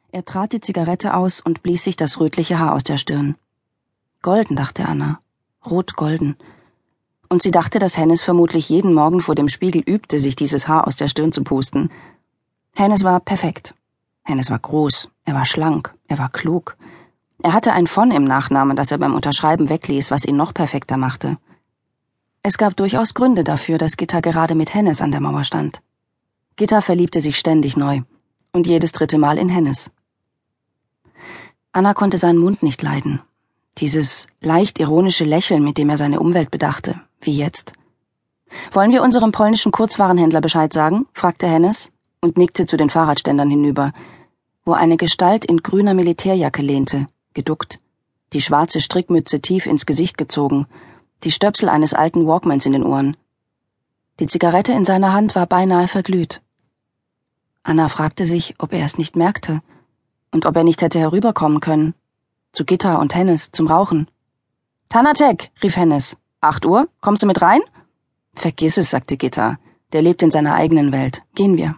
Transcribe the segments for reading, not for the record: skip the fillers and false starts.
Er trat die Zigarette aus und blies sich das rötliche Haar aus der Stirn. Golden, dachte Anna. Rot-golden. Und sie dachte, dass Hennes vermutlich jeden Morgen vor dem Spiegel übte, sich dieses Haar aus der Stirn zu pusten. Hennes war perfekt. Hennes war groß, er war schlank, er war klug. Er hatte ein von im Nachnamen, das er beim Unterschreiben wegließ, was ihn noch perfekter machte. Es gab durchaus Gründe dafür, dass Gitta gerade mit Hennes an der Mauer stand. Gitta verliebte sich ständig neu. Und jedes dritte Mal in Hennes. Anna konnte seinen Mund nicht leiden. Dieses leicht ironische Lächeln, mit dem er seine Umwelt bedachte, wie jetzt. »Wollen wir unserem polnischen Kurzwarenhändler Bescheid sagen?« fragte Hennes und nickte zu den Fahrradständern hinüber, wo eine Gestalt in grüner Militärjacke lehnte, geduckt, die schwarze Strickmütze tief ins Gesicht gezogen, die Stöpsel eines alten Walkmans in den Ohren. Die Zigarette in seiner Hand war beinahe verglüht. Anna fragte sich, ob er es nicht merkte und ob er nicht hätte herüberkommen können. Zu Gitta und Hennes, zum Rauchen. »Tanatek«, rief Hennes. 8 Uhr? Kommst du mit rein?« »Vergiss es«, sagte Gitta. »Der lebt in seiner eigenen Welt. Gehen wir.«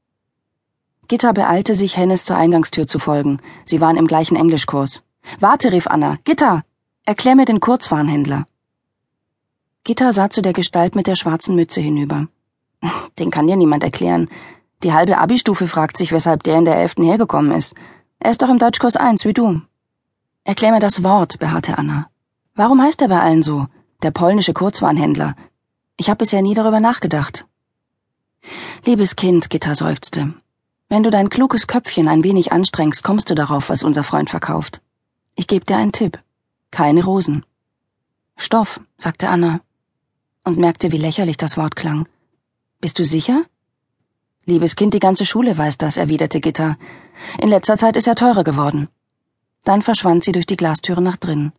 Gitta beeilte sich, Hennes zur Eingangstür zu folgen. Sie waren im gleichen Englischkurs. »Warte«, rief Anna. »Gitta, erklär mir den Kurzwarenhändler.« Gitta sah zu der Gestalt mit der schwarzen Mütze hinüber. »Den kann dir niemand erklären. Die halbe Abi-Stufe fragt sich, weshalb der in der 11. hergekommen ist. Er ist doch im Deutschkurs 1, wie du.« »Erklär mir das Wort«, beharrte Anna. »Warum heißt er bei allen so? Der polnische Kurzwarenhändler. Ich habe bisher nie darüber nachgedacht.« »Liebes Kind«, Gitta seufzte, »wenn du dein kluges Köpfchen ein wenig anstrengst, kommst du darauf, was unser Freund verkauft. Ich gebe dir einen Tipp. Keine Rosen.« »Stoff«, sagte Anna und merkte, wie lächerlich das Wort klang. »Bist du sicher?« »Liebes Kind, die ganze Schule weiß das«, erwiderte Gitta. »In letzter Zeit ist er teurer geworden.« Dann verschwand sie durch die Glastüre nach drinnen.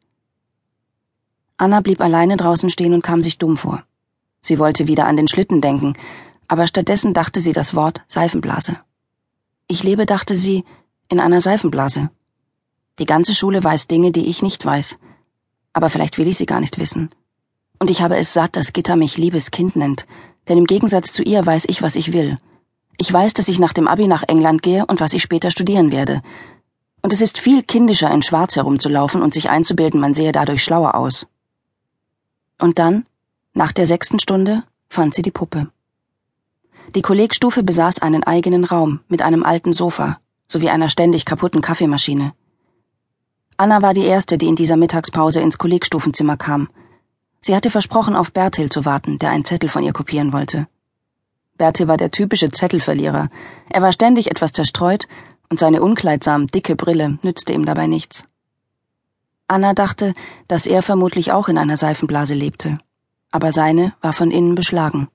Anna blieb alleine draußen stehen und kam sich dumm vor. Sie wollte wieder an den Schlitten denken, aber stattdessen dachte sie das Wort Seifenblase. Ich lebe, dachte sie, in einer Seifenblase. Die ganze Schule weiß Dinge, die ich nicht weiß. Aber vielleicht will ich sie gar nicht wissen. Und ich habe es satt, dass Gitta mich liebes Kind nennt, denn im Gegensatz zu ihr weiß ich, was ich will. Ich weiß, dass ich nach dem Abi nach England gehe und was ich später studieren werde. Und es ist viel kindischer, in Schwarz herumzulaufen und sich einzubilden, man sehe dadurch schlauer aus. Und dann, nach der 6. Stunde, fand sie die Puppe. Die Kollegstufe besaß einen eigenen Raum mit einem alten Sofa sowie einer ständig kaputten Kaffeemaschine. Anna war die Erste, die in dieser Mittagspause ins Kollegstufenzimmer kam. Sie hatte versprochen, auf Bertil zu warten, der einen Zettel von ihr kopieren wollte. Bertil war der typische Zettelverlierer. Er war ständig etwas zerstreut und seine unkleidsam dicke Brille nützte ihm dabei nichts. Anna dachte, dass er vermutlich auch in einer Seifenblase lebte, aber seine war von innen beschlagen.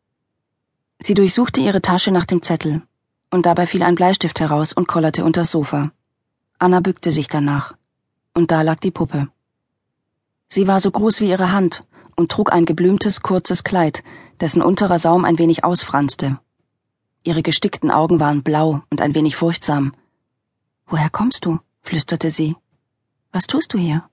Sie durchsuchte ihre Tasche nach dem Zettel, und dabei fiel ein Bleistift heraus und kollerte unters Sofa. Anna bückte sich danach, und da lag die Puppe. Sie war so groß wie ihre Hand und trug ein geblümtes, kurzes Kleid, dessen unterer Saum ein wenig ausfranste. Ihre gestickten Augen waren blau und ein wenig furchtsam. »Woher kommst du?« flüsterte sie. »Was tust du hier?«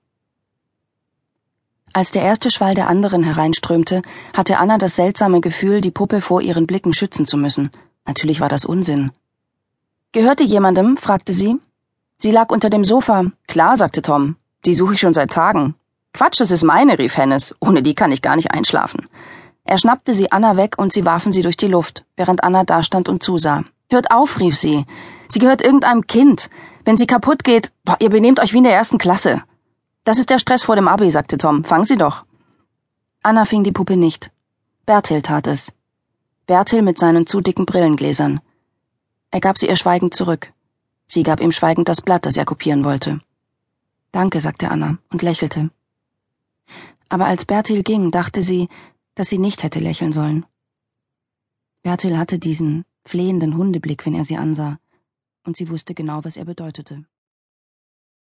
Als der erste Schwall der anderen hereinströmte, hatte Anna das seltsame Gefühl, die Puppe vor ihren Blicken schützen zu müssen. Natürlich war das Unsinn. »Gehört die jemandem?« fragte sie. »Sie lag unter dem Sofa.« »Klar«, sagte Tom. »Die suche ich schon seit Tagen.« »Quatsch, das ist meine«, rief Hennes. »Ohne die kann ich gar nicht einschlafen.« Er schnappte sie Anna weg und sie warfen sie durch die Luft, während Anna dastand und zusah. »Hört auf«, rief sie. »Sie gehört irgendeinem Kind. Wenn sie kaputt geht, ihr benehmt euch wie in der 1. Klasse.« »Das ist der Stress vor dem Abi«, sagte Tom. »Fang sie doch.« Anna fing die Puppe nicht. Bertil tat es. Bertil mit seinen zu dicken Brillengläsern. Er gab sie ihr schweigend zurück. Sie gab ihm schweigend das Blatt, das er kopieren wollte. »Danke«, sagte Anna und lächelte. Aber als Bertil ging, dachte sie, dass sie nicht hätte lächeln sollen. Bertil hatte diesen flehenden Hundeblick, wenn er sie ansah, und sie wusste genau, was er bedeutete.